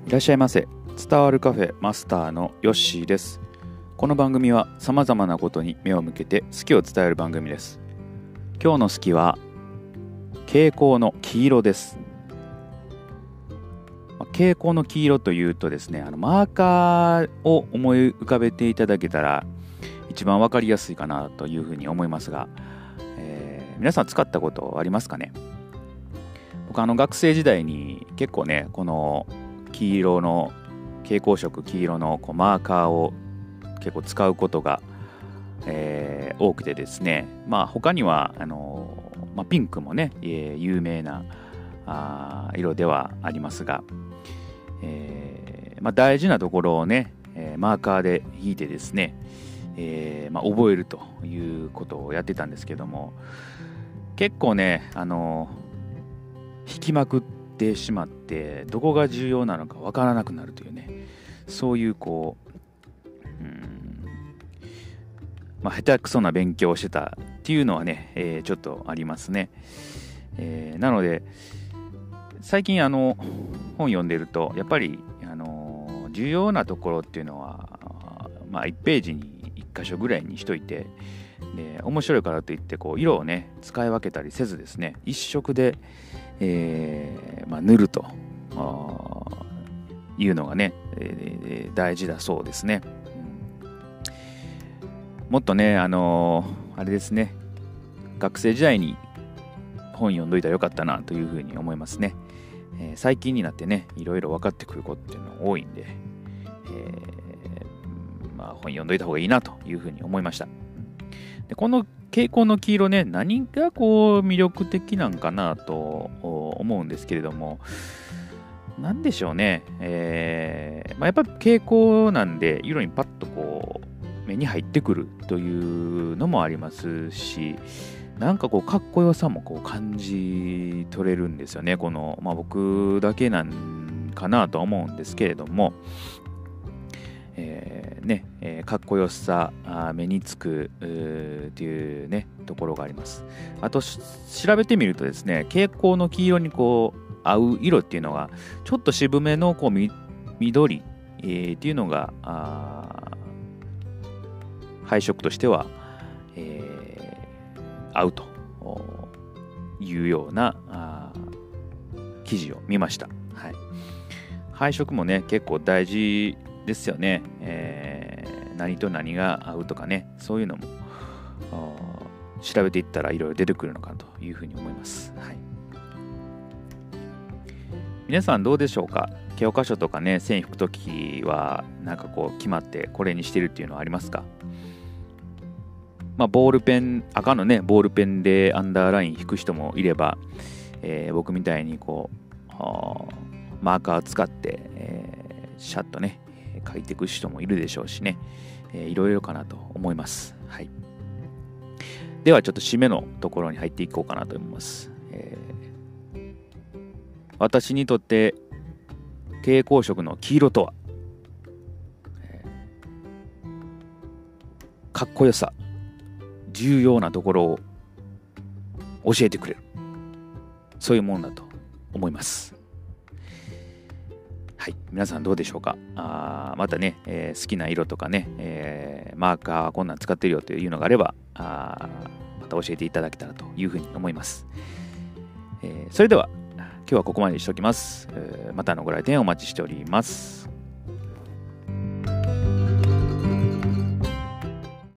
いらっしゃいませ。伝わるカフェマスターのヨッシーです。この番組はさまざまなことに目を向けて好きを伝える番組です。今日の好きは蛍光の黄色です。蛍光の黄色というとですね、マーカーを思い浮かべていただけたら一番わかりやすいかなというふうに思いますが、皆さん使ったことありますかね。僕学生時代に結構ね、この黄色の蛍光色黄色のマーカーを結構使うことが、多くてですね、他にはピンクもね、有名な色ではありますが、大事なところをね、マーカーで引いてですね、覚えるということをやってたんですけども、結構ね引きまくってしまってどこが重要なのかわからなくなるというね、そういう下手くそな勉強をしてたっていうのはね、ちょっとありますね。なので最近本読んでるとやっぱり重要なところっていうのは1ページに1箇所ぐらいにしといて、で面白いからといって色をね使い分けたりせずですね、一色で、塗るというのがね、大事だそうですね。もっとねあれですね、学生時代に本読んどいたらよかったなというふうに思いますね。最近になってねいろいろ分かってくることっていうのが多いんで、本読んどいた方がいいなというふうに思いました。でこの蛍光の黄色ね、何が魅力的なんかなと思うんですけれども、なんでしょうね、やっぱり蛍光なんで色にパッと目に入ってくるというのもありますし、なんかかっこよさも感じ取れるんですよね。僕だけなんかなとは思うんですけれども、かっこよさ目につくっていうねところがあります。あと調べてみるとですね、蛍光の黄色に合う色っていうのがちょっと渋めの緑、っていうのが配色としては、合うというような記事を見ました。はい、配色もね結構大事ですよね。何と何が合うとかね、そういうのも調べていったらいろいろ出てくるのかというふうに思います。はい、皆さんどうでしょうか。教科書とかね線引くときはなんか決まってこれにしてるっていうのはありますか。ボールペン、赤のねボールペンでアンダーライン引く人もいれば、僕みたいにマーカー使って、シャッとね書いていく人もいるでしょうしね、いろいろかなと思います。はい、ではちょっと締めのところに入っていこうかなと思います。私にとって蛍光色の黄色とは、かっこよさ、重要なところを教えてくれる、そういうものだと思います。はい、皆さんどうでしょうか。またね、好きな色とかね、マーカーこんなん使ってるよというのがあればまた教えていただけたらというふうに思います。それでは今日はここまでにしておきます。またのご来店お待ちしております。